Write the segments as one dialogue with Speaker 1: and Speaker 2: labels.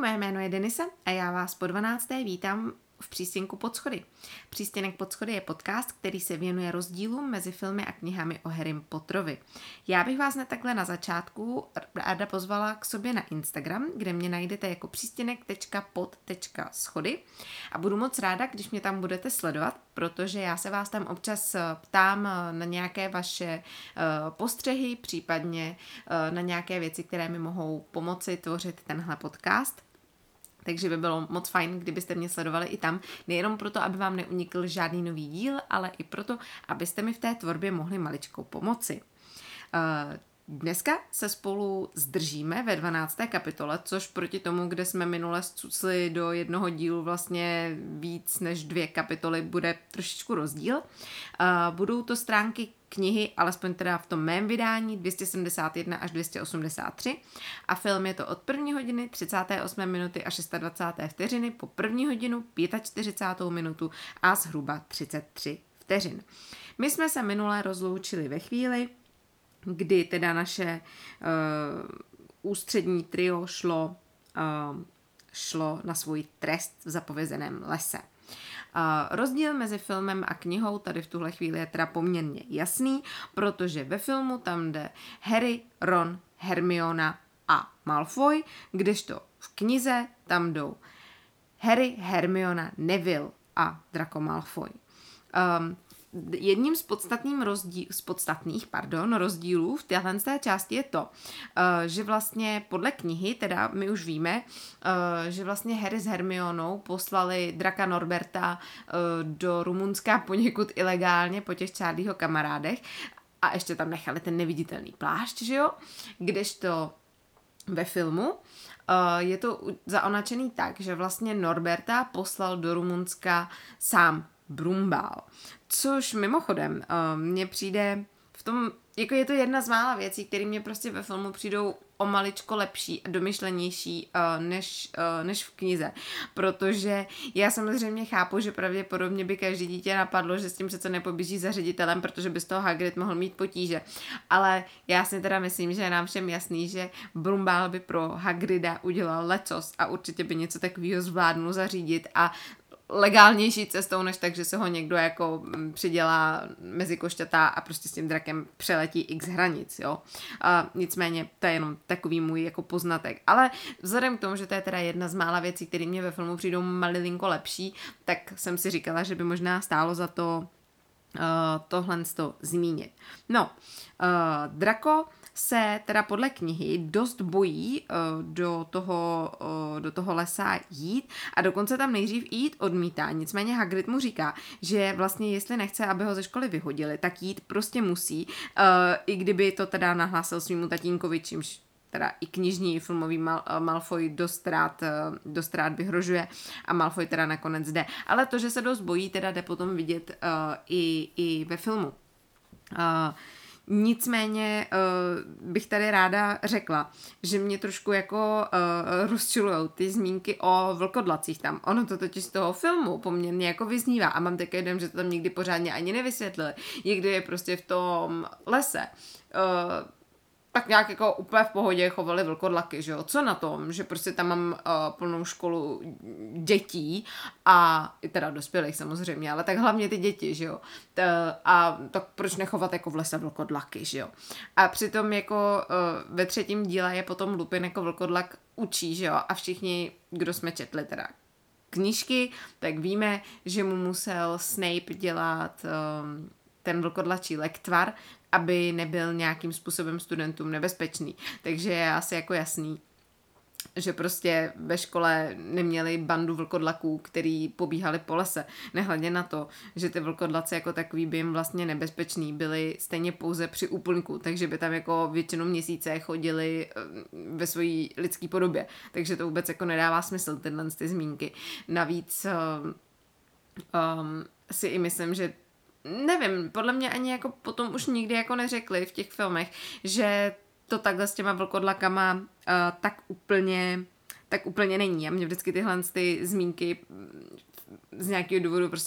Speaker 1: moje jméno je Denisa a já vás po 12. vítám v přístěnku Pod schody. Přístěnek Pod schody je podcast, který se věnuje rozdílům mezi filmy a knihami o Harrym Potterovi. Já bych vás takhle na začátku ráda pozvala k sobě na Instagram, kde mě najdete jako přístěnek.pod.schody a budu moc ráda, když mě tam budete sledovat, protože já se vás tam občas ptám na nějaké vaše postřehy, případně na nějaké věci, které mi mohou pomoci tvořit tenhle podcast. Takže by bylo moc fajn, kdybyste mě sledovali i tam, nejenom proto, aby vám neunikl žádný nový díl, ale i proto, abyste mi v té tvorbě mohli maličkou pomoci. Dneska se spolu zdržíme ve 12. kapitole, což proti tomu, kde jsme minule zcucli do jednoho dílu vlastně víc než 2 kapitoly, bude trošičku rozdíl. Budou to stránky knihy, alespoň teda v tom mém vydání, 271 až 283 a film je to od 1. hodiny 38 minuty a 26. vteřiny po 1. hodinu 45. minutu a zhruba 33 vteřin. My jsme se minule rozloučili ve chvíli, kdy teda naše ústřední trio šlo na svůj trest v zapovězeném lese. Rozdíl mezi filmem a knihou tady v tuhle chvíli je teda poměrně jasný, protože ve filmu tam jde Harry, Ron, Hermiona a Malfoy, kdežto v knize tam jdou Harry, Hermiona, Neville a Draco Malfoy. Jedním z podstatných rozdílů v téhle části je to, že vlastně podle knihy, teda my už víme, že vlastně Harry s Hermionou poslali Draka Norberta do Rumunska poněkud ilegálně po těch Charlieho kamarádech a ještě tam nechali ten neviditelný plášť, že jo? Kdežto ve filmu je to zaonačený tak, že vlastně Norberta poslal do Rumunska sám Brumbál. Což mimochodem mně přijde v tom, jako je to jedna z mála věcí, které mě prostě ve filmu přijdou o maličko lepší a domyšlenější než v knize. Protože já samozřejmě chápu, že pravděpodobně by každý dítě napadlo, že s tím přece nepoběží za ředitelem, protože by z toho Hagrid mohl mít potíže. Ale já si teda myslím, že je nám všem jasný, že Brumbál by pro Hagrida udělal lecos a určitě by něco takového zvládnul zařídit a legálnější cestou, než tak, že se ho někdo jako přidělá mezi košťata a prostě s tím drakem přeletí x hranic, jo. Nicméně to je jenom takový můj jako poznatek. Ale vzhledem k tomu, že to je teda jedna z mála věcí, které mě ve filmu přijdou malilinko lepší, tak jsem si říkala, že by možná stálo za to tohle zmínit. No, Draco se teda podle knihy dost bojí do toho lesa jít a dokonce tam nejdřív jít odmítá. Nicméně Hagrid mu říká, že vlastně jestli nechce, aby ho ze školy vyhodili, tak jít prostě musí, i kdyby to teda nahlásil svýmu tatínkovi, čímž teda i knižní, i filmový Malfoy dost rád vyhrožuje a Malfoy teda nakonec jde. Ale to, že se dost bojí, teda jde potom vidět i ve filmu. Nicméně bych tady ráda řekla, že mě trošku jako rozčilujou ty zmínky o vlkodlacích tam. Ono to totiž z toho filmu poměrně jako vyznívá a mám takový dojem, že to tam nikdy pořádně ani nevysvětlili. Někdy je prostě v tom lese tak nějak jako úplně v pohodě chovali vlkodlaky, že jo. Co na tom, že prostě tam mám plnou školu dětí a i teda dospělých samozřejmě, ale tak hlavně ty děti, že jo. A tak proč nechovat jako v lese vlkodlaky, že jo. A přitom jako ve 3. díle je potom Lupin jako vlkodlak učí, že jo. A všichni, kdo jsme četli teda knížky, tak víme, že mu musel Snape dělat ten vlkodlačí lektvar, aby nebyl nějakým způsobem studentům nebezpečný. Takže je asi jako jasný, že prostě ve škole neměli bandu vlkodlaků, který pobíhali po lese. Nehledě na to, že ty vlkodlaci jako takový by jim vlastně nebezpeční byli stejně pouze při úplňku, takže by tam jako většinu měsíce chodili ve své lidské podobě. Takže to vůbec jako nedává smysl, tyhle ty zmínky. Navíc si i myslím, že nevím, podle mě ani jako potom už nikdy jako neřekli v těch filmech, že to takhle s těma vlkodlakama tak úplně není. A mě vždycky tyhle ty zmínky z nějakého důvodu prostě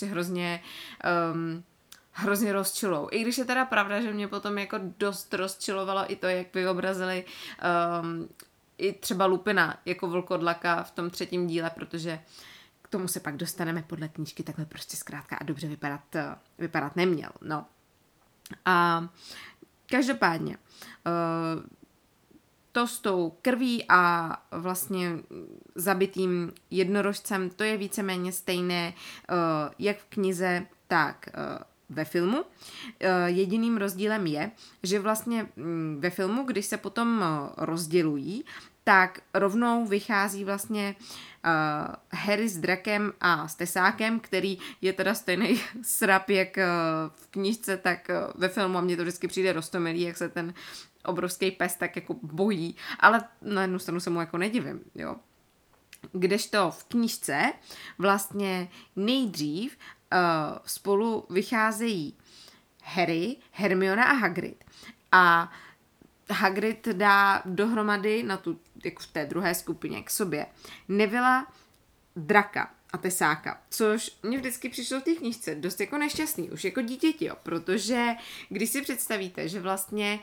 Speaker 1: hrozně rozčilou. I když je teda pravda, že mě potom jako dost rozčilovalo i to, jak vyobrazili i třeba Lupina jako vlkodlaka v tom 3. díle, protože k tomu se pak dostaneme podle knížky, takhle prostě zkrátka a dobře vypadat neměl. No. A každopádně to s tou krví a vlastně zabitým jednorožcem, to je víceméně stejné jak v knize, tak ve filmu. Jediným rozdílem je, že vlastně ve filmu, když se potom rozdělují, tak rovnou vychází vlastně Harry s drakem a s tesákem, který je teda stejný srap jak v knížce, tak ve filmu a mně to vždycky přijde roztomilý, jak se ten obrovský pes tak jako bojí, ale na jednu stranu se mu jako nedivím, jo. Kdežto v knížce vlastně nejdřív spolu vycházejí Harry, Hermiona a Hagrid. A Hagrid dá dohromady na tu, jako v té druhé skupině k sobě Nevilla, draka a tesáka, což mě vždycky přišlo v té knížce dost jako nešťastný, už jako dítěti, jo, protože když si představíte, že vlastně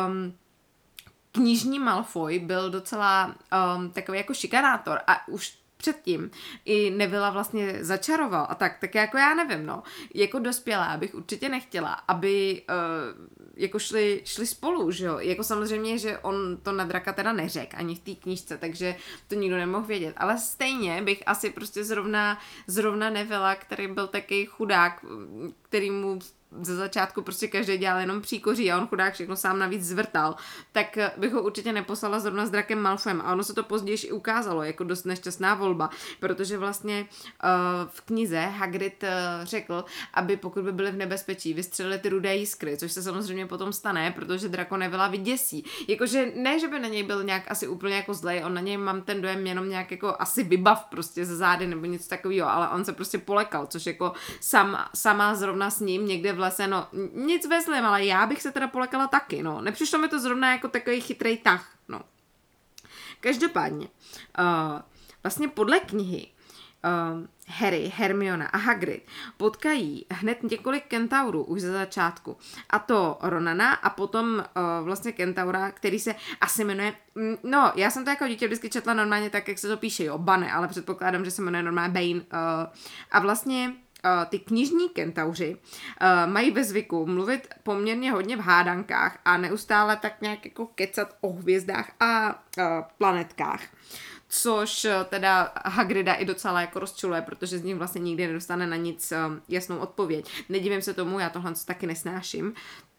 Speaker 1: knižní Malfoy byl docela takový jako šikanátor a už předtím i Nevilla vlastně začaroval a tak jako já nevím, no. Jako dospělá bych určitě nechtěla, aby jako šli spolu, že jo. Jako samozřejmě, že on to na draka teda neřekl ani v té knížce, takže to nikdo nemohl vědět. Ale stejně bych asi prostě zrovna Nevilla, který byl taky chudák, který mu ze začátku prostě každý dělal jenom příkoří a on chudák všechno sám navíc zvrtal, tak bych ho určitě neposlala zrovna s drakem Malfoyem. A ono se to později i ukázalo jako dost nešťastná volba, protože vlastně v knize Hagrid řekl, aby pokud by byli v nebezpečí, vystřelili ty rudé jiskry, což se samozřejmě potom stane, protože Draco Nevilla vyděsí. Jakože ne, že by na něj byl nějak asi úplně jako zlej, on na něj mám ten dojem jenom nějak jako asi vybav prostě ze zády nebo něco takového, ale on se prostě polekal, což jako sama zrovna s ním někde v lese, no nic ve zlém, ale já bych se teda polekala taky, no. Nepřišlo mi to zrovna jako takový chytrý tah, no. Každopádně, vlastně podle knihy Harry, Hermiona a Hagrid potkají hned několik kentaurů už ze začátku. A to Ronana a potom vlastně kentaura, který se asi jmenuje, no já jsem to jako dítě vždycky četla normálně tak, jak se to píše, jo, Bane, ale předpokládám, že se jmenuje normálně Bane. A vlastně ty knižní kentauři mají ve zvyku mluvit poměrně hodně v hádankách a neustále tak nějak jako kecat o hvězdách a planetkách. Což teda Hagrida i docela jako rozčuluje, protože z nich vlastně nikdy nedostane na nic jasnou odpověď. Nedivím se tomu, já tohle taky nesnáším.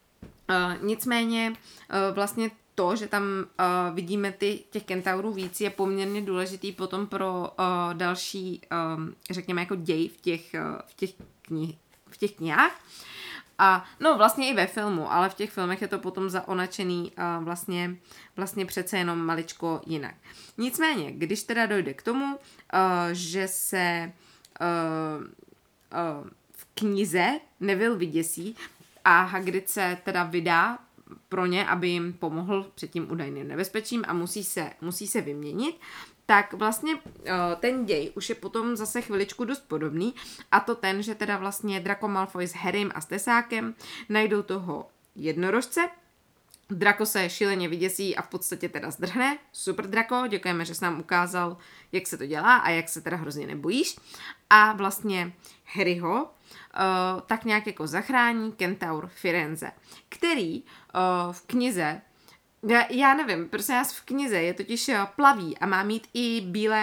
Speaker 1: Nicméně vlastně to, že tam vidíme těch kentaurů víc, je poměrně důležitý potom pro další, řekněme, jako děj v těch knihách. A no vlastně i ve filmu, ale v těch filmech je to potom zaonačený vlastně přece jenom maličko jinak. Nicméně, když teda dojde k tomu, že se v knize Neville vyděsí a Hagrid se teda vydá pro ně, aby jim pomohl před tím údajným nebezpečím a musí se vyměnit, tak vlastně ten děj už je potom zase chviličku dost podobný a to ten, že teda vlastně Draco Malfoy s Harrym a s Tesákem najdou toho jednorožce. Draco se šíleně vyděsí a v podstatě teda zdrhne. Super Draco, děkujeme, že jsi nám ukázal, jak se to dělá a jak se teda hrozně nebojíš. A vlastně Harryho tak nějak jako zachrání kentaur Firenze, který v knize, já nevím, prostě já v knize je totiž plavý a má mít i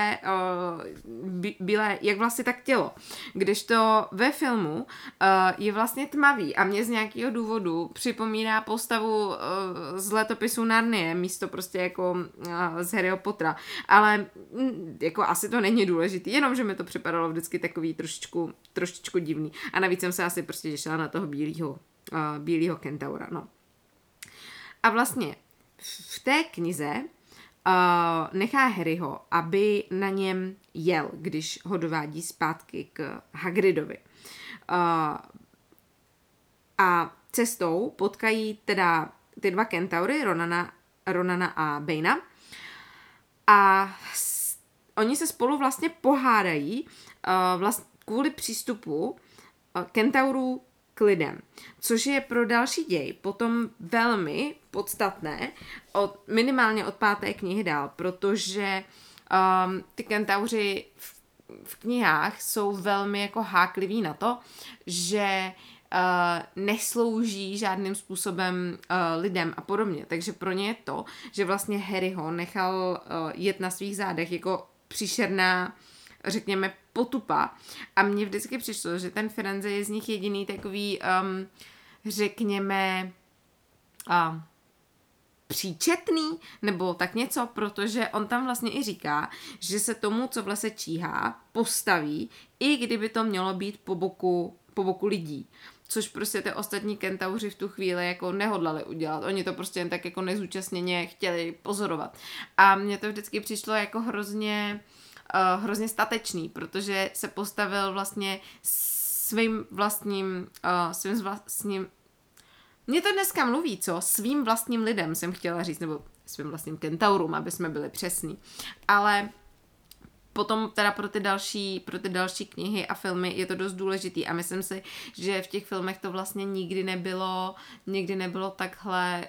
Speaker 1: bílé jak vlastně tak tělo. Kdežto ve filmu je vlastně tmavý a mě z nějakého důvodu připomíná postavu z letopisu Narnie, místo prostě jako z Harryho Pottera. Ale jako asi to není důležitý, jenom že mi to připadalo vždycky takový trošičku divný. A navíc jsem se asi prostě těšila na toho bílýho kentaura, no. A vlastně v té knize nechá Harryho, aby na něm jel, když ho dovádí zpátky k Hagridovi. A cestou potkají teda ty dva kentaury, Ronana a Baina. A oni se spolu vlastně pohádají kvůli přístupu kentaurů k lidem. Což je pro další děj potom velmi podstatné, minimálně od 5. knihy dál, protože ty kentauři v knihách jsou velmi jako hákliví na to, že neslouží žádným způsobem lidem a podobně. Takže pro ně je to, že vlastně Harry ho nechal jet na svých zádech jako příšerná, řekněme, potupa. A mně vždycky přišlo, že ten Firenze je z nich jediný takový, řekněme, příčetný, nebo tak něco, protože on tam vlastně i říká, že se tomu, co v lese číhá, postaví, i kdyby to mělo být po boku lidí. Což prostě ty ostatní kentauři v tu chvíli jako nehodlali udělat. Oni to prostě jen tak jako nezúčastněně chtěli pozorovat. A mně to vždycky přišlo jako hrozně statečný, protože se postavil vlastně svým vlastním mě to dneska mluví, co? Svým vlastním lidem jsem chtěla říct, nebo svým vlastním kentaurům, aby jsme byli přesní. Ale potom teda pro ty další knihy a filmy je to dost důležitý a myslím si, že v těch filmech to vlastně nikdy nebylo takhle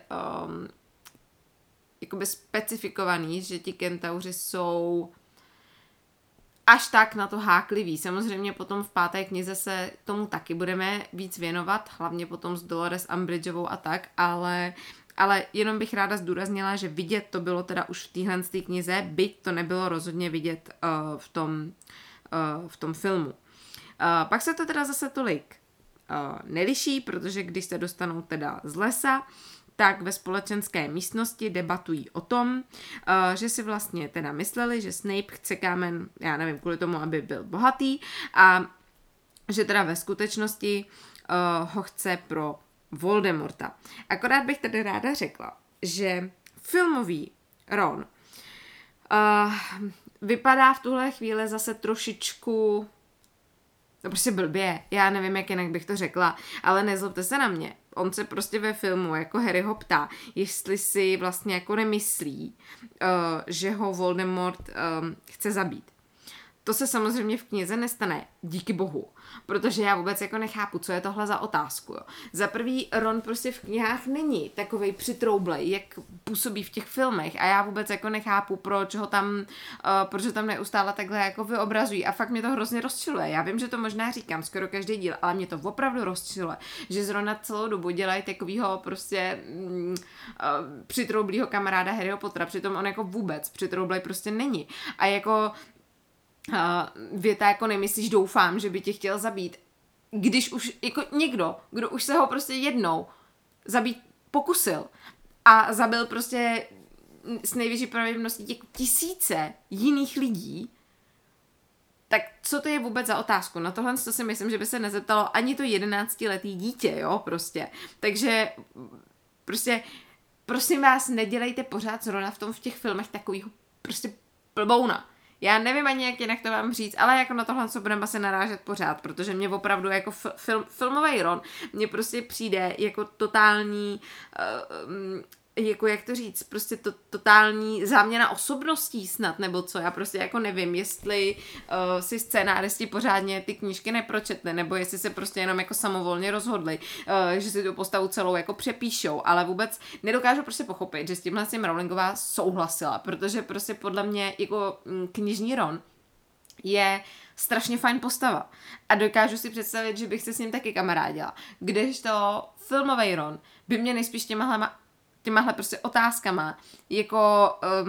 Speaker 1: jakoby specifikovaný, že ti kentauři jsou až tak na to háklivý. Samozřejmě potom v 5. knize se tomu taky budeme víc věnovat, hlavně potom s Dolores Umbridgeovou a tak, ale jenom bych ráda zdůraznila, že vidět to bylo teda už v téhle knize, byť to nebylo rozhodně vidět v tom filmu. Pak se to teda zase tolik neliší, protože když se dostanou teda z lesa, tak ve společenské místnosti debatují o tom, že si vlastně teda mysleli, že Snape chce kámen, já nevím, kvůli tomu, aby byl bohatý a že teda ve skutečnosti ho chce pro Voldemorta. Akorát bych tedy ráda řekla, že filmový Ron vypadá v tuhle chvíli zase trošičku prostě blbě, já nevím, jak jinak bych to řekla, ale nezlobte se na mě. On se prostě ve filmu jako Harry ho ptá, jestli si vlastně jako nemyslí, že ho Voldemort chce zabít. To se samozřejmě v knize nestane, díky bohu, protože já vůbec jako nechápu, co je tohle za otázku. Jo. Za prvý, Ron prostě v knihách není takovej přitroublej, jak působí v těch filmech a já vůbec jako nechápu, proč ho tam neustále takhle jako vyobrazují a fakt mě to hrozně rozčiluje. Já vím, že to možná říkám skoro každý díl, ale mě to opravdu rozčiluje, že z Rona celou dobu dělají takovýho prostě přitroublýho kamaráda Harryho Pottera, přitom on jako vůbec přitroublej prostě není. A jako věta jako nemyslíš, doufám, že by tě chtěl zabít. Když už jako někdo, kdo už se ho prostě jednou zabít pokusil a zabil prostě s největší pravděpodobností těch tisíce jiných lidí, tak co to je vůbec za otázku? Na tohle si myslím, že by se nezeptalo ani to 11letý dítě, jo, prostě. Takže prostě prosím vás, nedělejte pořád z Rona v těch filmech takovýho prostě blbouna. Já nevím ani, jak jinak to mám říct, ale jako na tohle, co budeme asi narážet pořád, protože mě opravdu jako filmový Ron mně prostě přijde jako totální, jako jak to říct, prostě totální záměna osobností snad, nebo co, já prostě jako nevím, jestli si scénáristi pořádně ty knížky nepročetli, nebo jestli se prostě jenom jako samovolně rozhodli, že si tu postavu celou jako přepíšou, ale vůbec nedokážu prostě pochopit, že s tímhle Rowlingová souhlasila, protože prostě podle mě jako knižní Ron je strašně fajn postava a dokážu si představit, že bych se s ním taky kamarádila, kdežto filmový Ron by mě nejspíš těmahle prostě otázkama jako,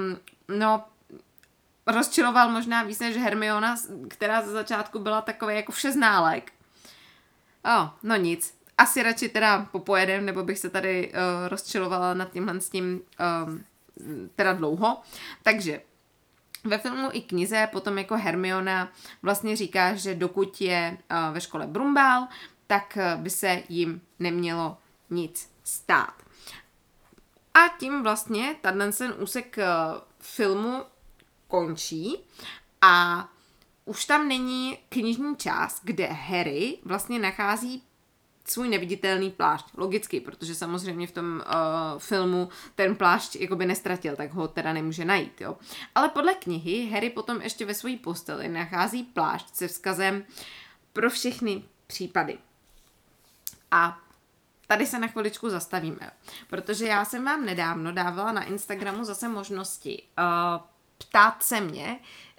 Speaker 1: rozčiloval možná víc než Hermiona, která ze začátku byla takový jako všeználek. No nic. Asi radši teda popojedem, nebo bych se tady rozčilovala nad tímhle s tím teda dlouho. Takže ve filmu i knize potom jako Hermiona vlastně říká, že dokud je ve škole Brumbál, tak by se jim nemělo nic stát. A tím vlastně ten úsek filmu končí a už tam není knižní část, kde Harry vlastně nachází svůj neviditelný plášť. Logicky, protože samozřejmě v tom filmu ten plášť jakoby nestratil, tak ho teda nemůže najít. Jo. Ale podle knihy Harry potom ještě ve své posteli nachází plášť se vzkazem pro všechny případy. A tady se na chviličku zastavíme, protože já jsem vám nedávno dávala na Instagramu zase možnosti ptát se mě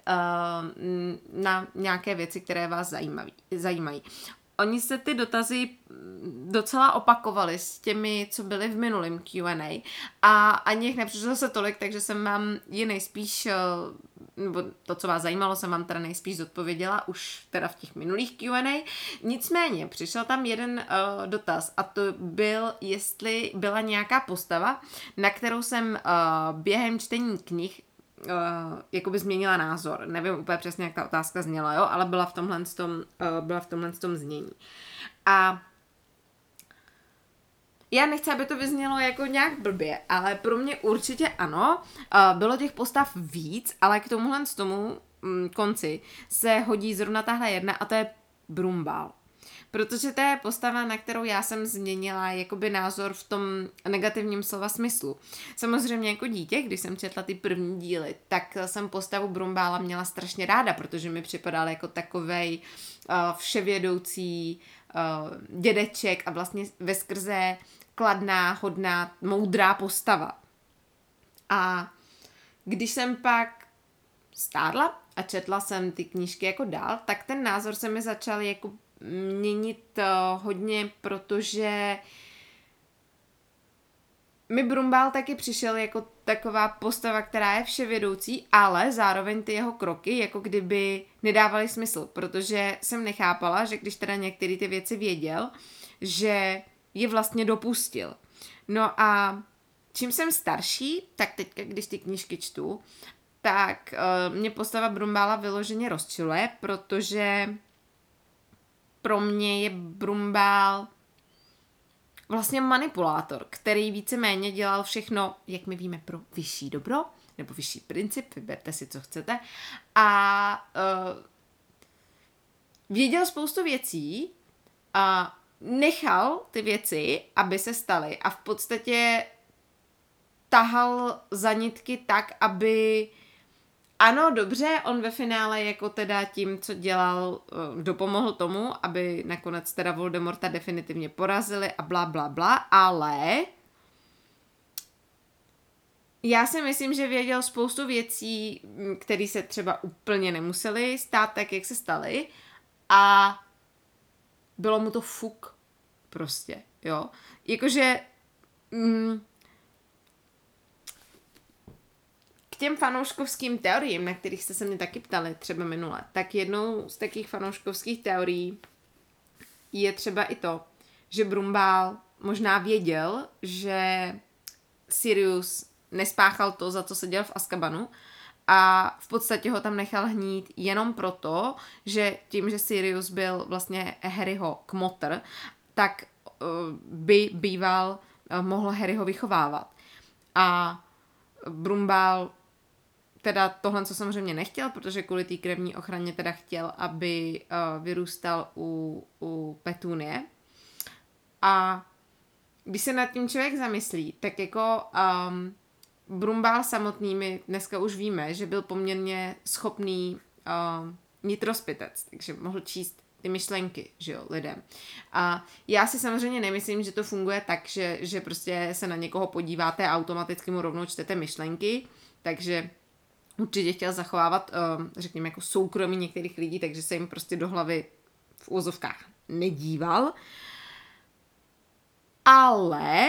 Speaker 1: na nějaké věci, které vás zajímají. Oni se ty dotazy docela opakovaly s těmi, co byly v minulém Q&A a ani jich nepřišlo se tolik, takže jsem vám je nejspíš, nebo to, co vás zajímalo, jsem vám teda nejspíš zodpověděla už teda v těch minulých Q&A. Nicméně přišel tam jeden dotaz a to byl, jestli byla nějaká postava, na kterou jsem během čtení knih jakoby změnila názor. Nevím úplně přesně, jak ta otázka zněla, jo, ale byla v tomhle znění. A já nechci, aby to vyznělo jako nějak blbě, ale pro mě určitě ano. Bylo těch postav víc, ale k tomuhle konci se hodí zrovna tahle jedna a to je Brumbál. Protože to je postava, na kterou já jsem změnila jakoby názor v tom negativním slova smyslu. Samozřejmě jako dítě, když jsem četla ty první díly, tak jsem postavu Brumbála měla strašně ráda, protože mi připadal jako takovej vševědoucí dědeček a vlastně veskrze kladná, hodná, moudrá postava. A když jsem pak stárla a četla jsem ty knížky jako dál, tak ten názor se mi začal jako měnit hodně, protože mi Brumbál taky přišel jako taková postava, která je vševědoucí, ale zároveň ty jeho kroky jako kdyby nedávaly smysl, protože jsem nechápala, že když teda některé ty věci věděl, že je vlastně dopustil. No a čím jsem starší, tak teďka, když ty knížky čtu, tak mě postava Brumbála vyloženě rozčiluje, protože pro mě je Brumbál vlastně manipulátor, který víceméně dělal všechno, jak my víme, pro vyšší dobro, nebo vyšší princip, vyberte si, co chcete. A věděl spoustu věcí a nechal ty věci, aby se staly. A v podstatě tahal za nitky tak, aby ano, dobře, on ve finále jako teda tím, co dělal, dopomohl tomu, aby nakonec teda Voldemorta definitivně porazili a bla, bla, bla, ale já si myslím, že věděl spoustu věcí, které se třeba úplně nemusely stát tak, jak se staly a bylo mu to fuk prostě, jo. Jakože k těm fanouškovským teoriím, na kterých jste se mě taky ptali třeba minule, tak jednou z takých fanouškovských teorií je třeba i to, že Brumbál možná věděl, že Sirius nespáchal to, za co seděl v Azkabanu a v podstatě ho tam nechal hnít jenom proto, že tím, že Sirius byl vlastně Harryho kmotr, tak by býval mohl Harryho vychovávat. A Brumbál teda tohle, co samozřejmě nechtěl, protože kvůli té krevní ochraně teda chtěl, aby vyrůstal u Petunie. A když se nad tím člověk zamyslí, tak jako Brumbál samotný, my dneska už víme, že byl poměrně schopný nitrospitec, takže mohl číst ty myšlenky, že jo, lidem. A já si samozřejmě nemyslím, že to funguje tak, že prostě se na někoho podíváte a automaticky mu rovnou čtete myšlenky, takže určitě chtěl zachovávat, řekněme, jako soukromí některých lidí, takže se jim prostě do hlavy v úvozovkách nedíval. Ale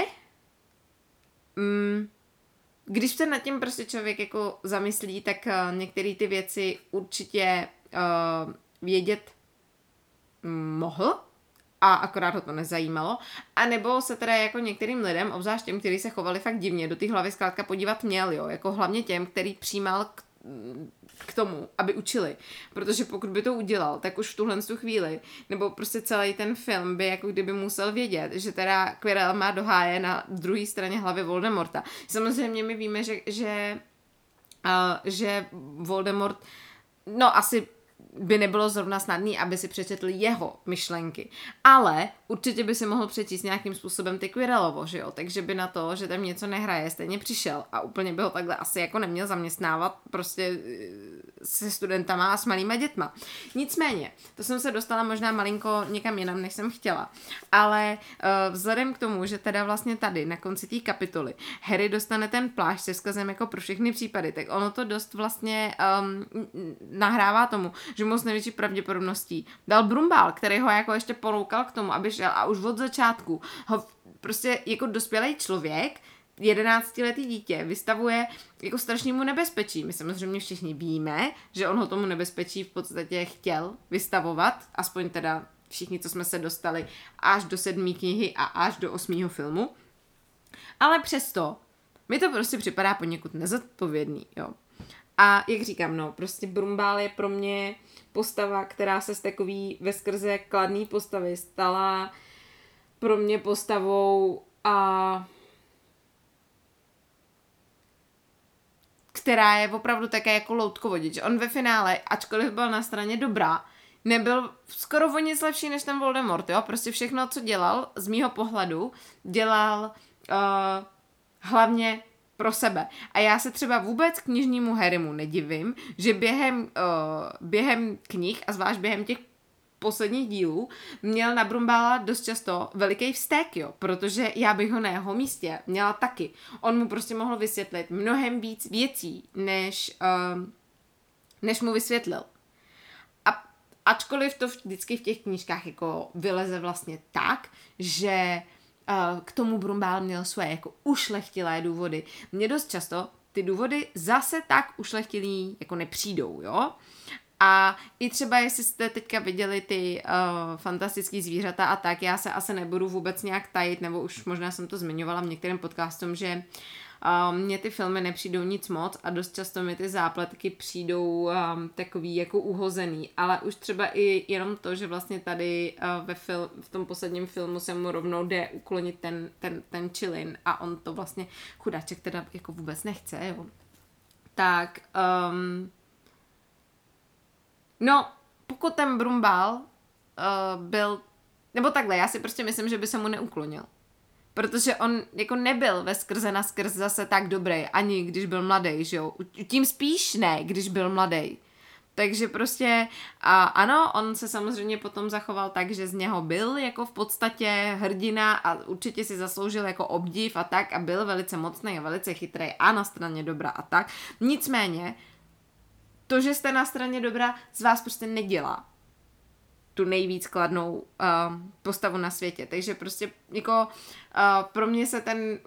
Speaker 1: když se nad tím prostě člověk jako zamyslí, tak některé ty věci určitě vědět mohl a akorát ho to nezajímalo. A nebo se teda jako některým lidem, obzvlášť těm, kteří se chovali fakt divně, do té hlavy zkrátka podívat měl, jo, jako hlavně těm, který přijímal k tomu, aby učili. Protože pokud by to udělal, tak už v tuhle chvíli, nebo prostě celý ten film by jako kdyby musel vědět, že teda Quirrell má do háje na druhé straně hlavy Voldemorta. Samozřejmě my víme, že Voldemort, no asi by nebylo zrovna snadný, aby si přečetl jeho myšlenky. Ale určitě by si mohl přečíst nějakým způsobem ty Quirrellovo, že jo? Takže by na to, že tam něco nehraje, stejně přišel a úplně by ho takhle asi jako neměl zaměstnávat prostě se studentama a s malýma dětma. Nicméně, to jsem se dostala možná malinko někam jinam, než jsem chtěla. Ale vzhledem k tomu, že teda vlastně tady na konci té kapitoly Harry dostane ten plášť se vzkazem jako pro všechny případy, tak ono to dost vlastně nahrává tomu, že mu s největší pravděpodobností dal Brumbál, který ho jako ještě poloukal k tomu, aby šel a už od začátku ho prostě jako dospělý člověk 11letý dítě vystavuje jako strašnému nebezpečí. My samozřejmě všichni víme, že on ho tomu nebezpečí v podstatě chtěl vystavovat, aspoň teda všichni, co jsme se dostali až do 7. knihy a až do 8. filmu. Ale přesto mi to prostě připadá poněkud nezodpovědný, jo. A jak říkám, no, prostě Brumbál je pro mě postava, která se z takový veskrze kladný postavy stala pro mě postavou která je opravdu také jako loutkovodič. On ve finále, ačkoliv byl na straně dobrá, nebyl skoro o nic lepší než ten Voldemort, jo? Prostě všechno, co dělal, z mýho pohledu, dělal hlavně pro sebe. A já se třeba vůbec knižnímu Harrymu nedivím, že během knih a zvlášť během těch posledních dílů měl na Brumbála dost často veliký vztek, jo, protože já bych ho na jeho místě měla taky. On mu prostě mohl vysvětlit mnohem víc věcí, než mu vysvětlil. A ačkoliv to vždycky v těch knížkách jako vyleze vlastně tak, že k tomu Brumbál měl svoje jako ušlechtilé důvody. Mně dost často ty důvody zase tak ušlechtilý jako nepřijdou, jo. A i třeba, jestli jste teďka viděli ty fantastický zvířata a tak, já se asi nebudu vůbec nějak tajit, nebo už možná jsem to zmiňovala v některém podcastům, že mně ty filmy nepřijdou nic moc a dost často mi ty zápletky přijdou takový jako uhozený, ale už třeba i jenom to, že vlastně tady v tom posledním filmu se mu rovnou jde uklonit ten čilin a on to vlastně chudáček teda jako vůbec nechce, jo. Tak no, pokud ten Brumbál byl, nebo takhle, já si prostě myslím, že by se mu neuklonil. Protože on jako nebyl ve skrze na skrz zase tak dobrý, ani když byl mladý, že jo. Tím spíš ne, když byl mladý. Takže prostě ano, on se samozřejmě potom zachoval tak, že z něho byl jako v podstatě hrdina a určitě si zasloužil jako obdiv a tak a byl velice mocný a velice chytrý a na straně dobra a tak. Nicméně, to, že jste na straně dobra, z vás prostě nedělá tu nejvíc kladnou postavu na světě. Takže prostě jako pro mě se ten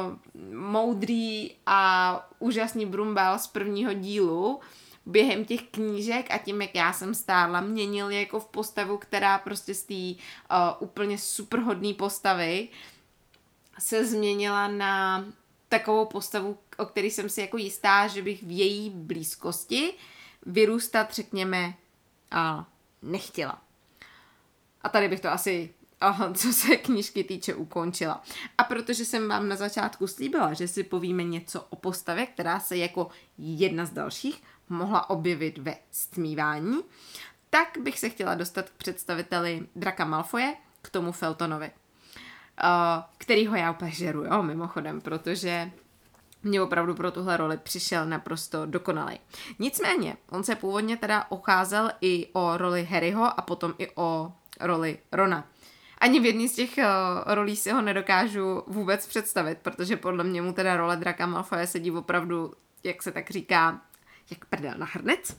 Speaker 1: moudrý a úžasný Brumbál z prvního dílu během těch knížek a tím, jak já jsem stárla, měnil jako v postavu, která prostě z té úplně superhodné postavy se změnila na takovou postavu, o které jsem si jako jistá, že bych v její blízkosti vyrůstat, řekněme, nechtěla. A tady bych to asi, co se knížky týče, ukončila. A protože jsem vám na začátku slíbila, že si povíme něco o postavě, která se jako jedna z dalších mohla objevit ve stmívání, tak bych se chtěla dostat k představiteli Draka Malfoje, k tomu Feltonovi, kterýho já úplně žeru, jo, mimochodem, protože mě opravdu pro tuhle roli přišel naprosto dokonalej. Nicméně, on se původně teda ocházel i o roli Harryho a potom i o roli Rona. Ani v jedné z těch rolí si ho nedokážu vůbec představit, protože podle mě mu teda role Draka Malfoje sedí opravdu, jak se tak říká, jak prdel na hrnec.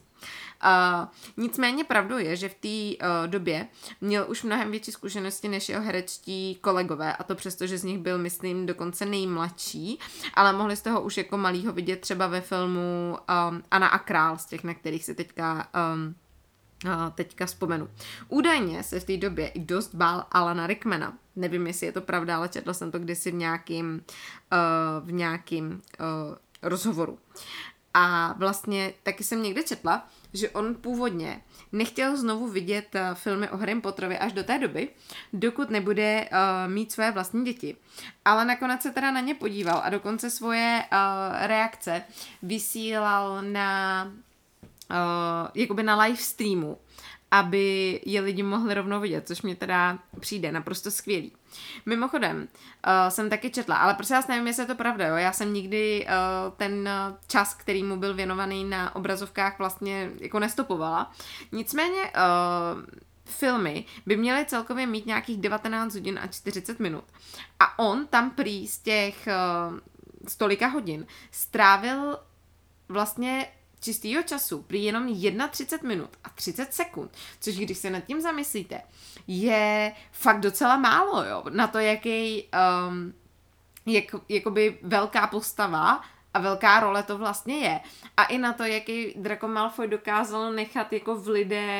Speaker 1: Nicméně pravdou je, že v té době měl už mnohem větší zkušenosti než jeho herečtí kolegové a to přesto, že z nich byl, myslím, dokonce nejmladší, ale mohli jste ho už jako malýho vidět třeba ve filmu Anna a král, z těch, na kterých si teďka vzpomenu. Údajně se v té době i dost bál Alana Rickmana. Nevím, jestli je to pravda, ale četla jsem to kdysi v nějakým rozhovoru. A vlastně taky jsem někde četla, že on původně nechtěl znovu vidět filmy o Harrym Potterovi až do té doby, dokud nebude mít své vlastní děti. Ale nakonec se teda na ně podíval a dokonce svoje reakce vysílal na jakoby na live streamu, aby je lidi mohli rovnou vidět, což mě teda přijde naprosto skvělý. Mimochodem, jsem taky četla, ale prostě já nevím, jestli je to pravda, jo? Já jsem nikdy ten čas, který mu byl věnovaný na obrazovkách vlastně jako nestopovala. Nicméně filmy by měly celkově mít nějakých 19 hodin a 40 minut. A on tam prý z těch stolika hodin strávil vlastně čistýho času prý jenom 31 minut a 30 sekund, což když se nad tím zamyslíte, je fakt docela málo, jo, na to, jaký jakoby velká postava a velká role to vlastně je. A i na to, jaký Draco Malfoy dokázal nechat jako v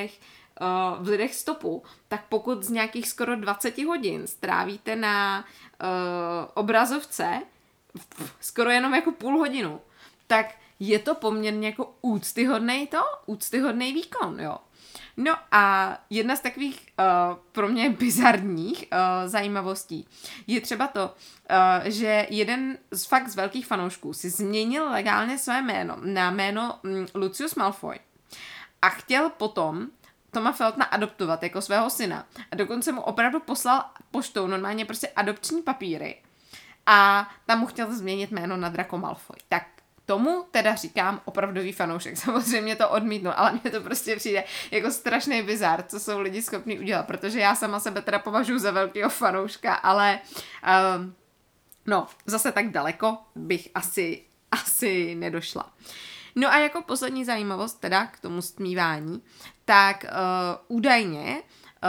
Speaker 1: lidech stopu, tak pokud z nějakých skoro 20 hodin strávíte na obrazovce skoro jenom jako půl hodinu, tak je to poměrně jako úctyhodný výkon, jo. No a jedna z takových pro mě bizarních zajímavostí je třeba to, že jeden z velkých fanoušků si změnil legálně své jméno na jméno Lucius Malfoy a chtěl potom Toma Feltona adoptovat jako svého syna. A dokonce mu opravdu poslal poštou normálně prostě adopční papíry a tam mu chtěl změnit jméno na Draco Malfoy. Tak tomu teda říkám opravdový fanoušek. Samozřejmě to odmítnu, ale mně to prostě přijde jako strašný bizar, co jsou lidi schopní udělat, protože já sama sebe teda považuji za velkého fanouška, ale no, zase tak daleko bych asi nedošla. No a jako poslední zajímavost teda k tomu stmívání, tak údajně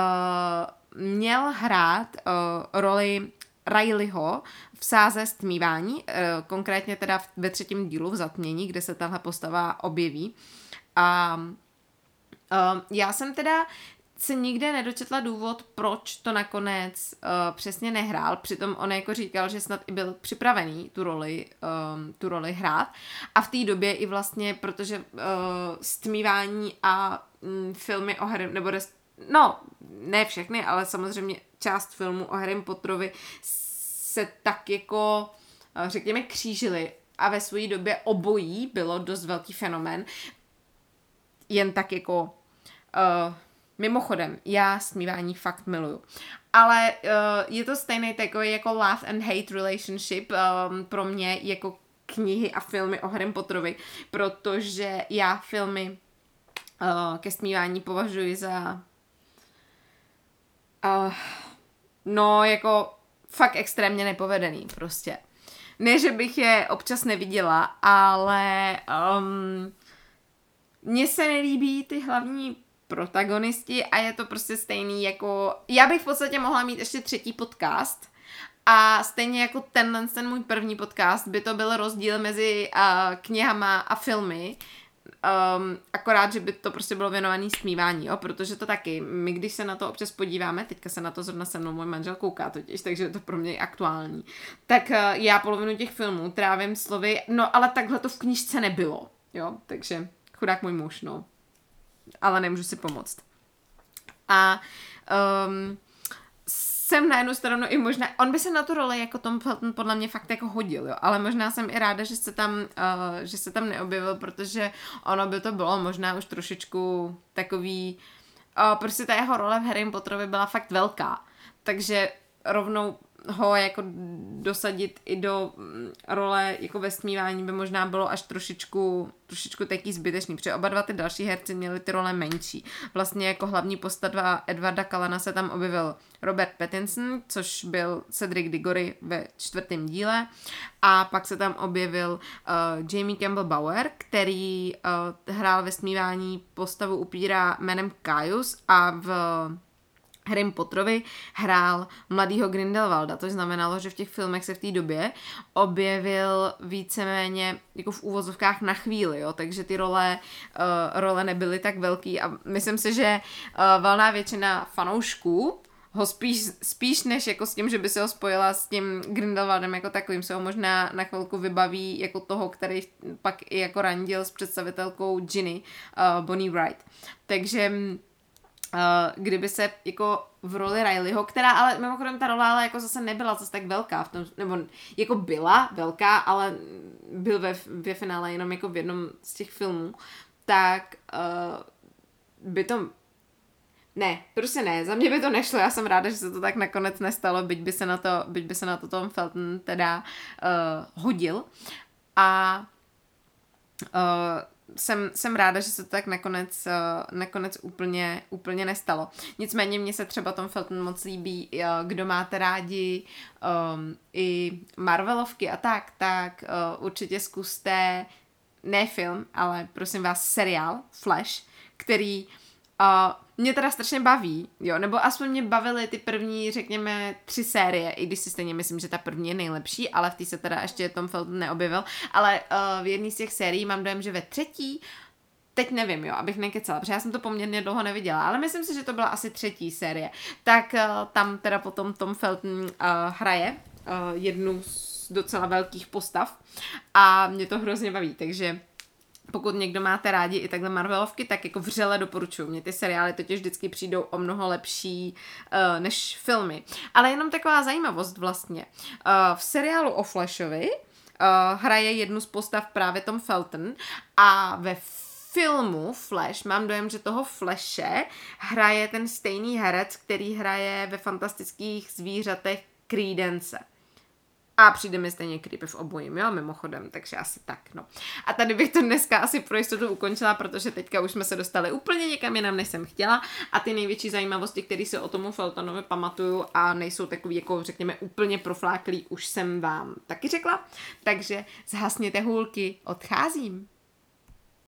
Speaker 1: měl hrát roli Rileyho v sáze stmívání, konkrétně teda ve 3. dílu v Zatmění, kde se tahle postava objeví. A já jsem teda se nikde nedočetla důvod, proč to nakonec přesně nehrál, přitom on jako říkal, že snad i byl připravený tu roli hrát a v té době i vlastně, protože stmívání a filmy o Harry, nebo no, ne všechny, ale samozřejmě část filmu o Harrym Potterovi se tak jako, řekněme, křížily a ve své době obojí bylo dost velký fenomén. Jen tak jako mimochodem, já stmívání fakt miluju. Ale je to stejný takový jako love and hate relationship pro mě jako knihy a filmy o Harrym Potterovi, protože já filmy ke stmívání považuji za no jako fakt extrémně nepovedený prostě. Ne, že bych je občas neviděla, ale mně se nelíbí ty hlavní protagonisti a je to prostě stejný jako... Já bych v podstatě mohla mít ještě 3. podcast a stejně jako ten můj první podcast by to byl rozdíl mezi knihama a filmy, akorát, že by to prostě bylo věnovaný stmívání, jo, protože to taky, my když se na to občas podíváme, teďka se na to zrovna se mnou můj manžel kouká totiž, takže je to pro mě aktuální, tak já polovinu těch filmů trávím slovy, no ale takhle to v knížce nebylo, jo, takže chudák můj muž, no, ale nemůžu si pomoct. A jsem na jednu stranu i možná, on by se na tu roli jako Tom Felton podle mě fakt jako hodil, jo, ale možná jsem i ráda, že se tam neobjevil, protože ono by to bylo možná už trošičku takový, prostě ta jeho role v Harrym Potterovi byla fakt velká, takže rovnou ho jako dosadit i do role jako ve stmívání by možná bylo až trošičku taky zbytečný, protože oba dva ty další herci měli ty role menší. Vlastně jako hlavní postava Edwarda Cullena se tam objevil Robert Pattinson, což byl Cedric Diggory ve 4. díle a pak se tam objevil Jamie Campbell Bower, který hrál ve stmívání postavu upíra jménem Caius a v Harrym Potterovi hrál mladýho Grindelwalda, to znamenalo, že v těch filmech se v té době objevil víceméně jako v úvozovkách na chvíli, jo? Takže ty role nebyly tak velký a myslím si, že valná většina fanoušků ho spíš než jako s tím, že by se ho spojila s tím Grindelwaldem jako takovým, se ho možná na chvilku vybaví jako toho, který pak i jako randil s představitelkou Ginny, Bonnie Wright. Takže kdyby se jako v roli Rileyho, která ale mimochodem ta rola ale jako zase nebyla zase tak velká v tom, nebo jako byla velká, ale byl ve finále jenom jako v jednom z těch filmů, tak by to... Ne, prostě ne, za mě by to nešlo, já jsem ráda, že se to tak nakonec nestalo, byť by se na to Tom Felton teda hodil. A jsem ráda, že se to tak nakonec úplně nestalo. Nicméně mně se třeba Tom Felton moc líbí, kdo máte rádi i Marvelovky a tak určitě zkuste ne film, ale prosím vás seriál Flash, který mě teda strašně baví, jo, nebo aspoň mě bavily ty první, řekněme, 3 série, i když si stejně myslím, že ta první je nejlepší, ale v té se teda ještě Tom Felton neobjevil, ale v jedné z těch sérií mám dojem, že ve 3, teď nevím, jo, abych nekecala, protože já jsem to poměrně dlouho neviděla, ale myslím si, že to byla asi 3. série, tak tam teda potom Tom Felton hraje jednu z docela velkých postav a mě to hrozně baví, takže pokud někdo máte rádi i takhle Marvelovky, tak jako vřele doporučuji. Mně ty seriály totiž vždycky přijdou o mnoho lepší než filmy. Ale jenom taková zajímavost vlastně. V seriálu o Flashovi hraje jednu z postav právě Tom Felton a ve filmu Flash mám dojem, že toho Flashe hraje ten stejný herec, který hraje ve Fantastických zvířatech Creedence. A přijde mi stejně creepy v obojím, jo, mimochodem, takže asi tak, no. A tady bych to dneska asi pro jistotu ukončila, protože teďka už jsme se dostali úplně někam jinam, než jsem chtěla a ty největší zajímavosti, které se o tomu Feltonovi pamatuju a nejsou takový, jako řekněme, úplně profláklý, už jsem vám taky řekla, takže zhasněte hůlky, odcházím.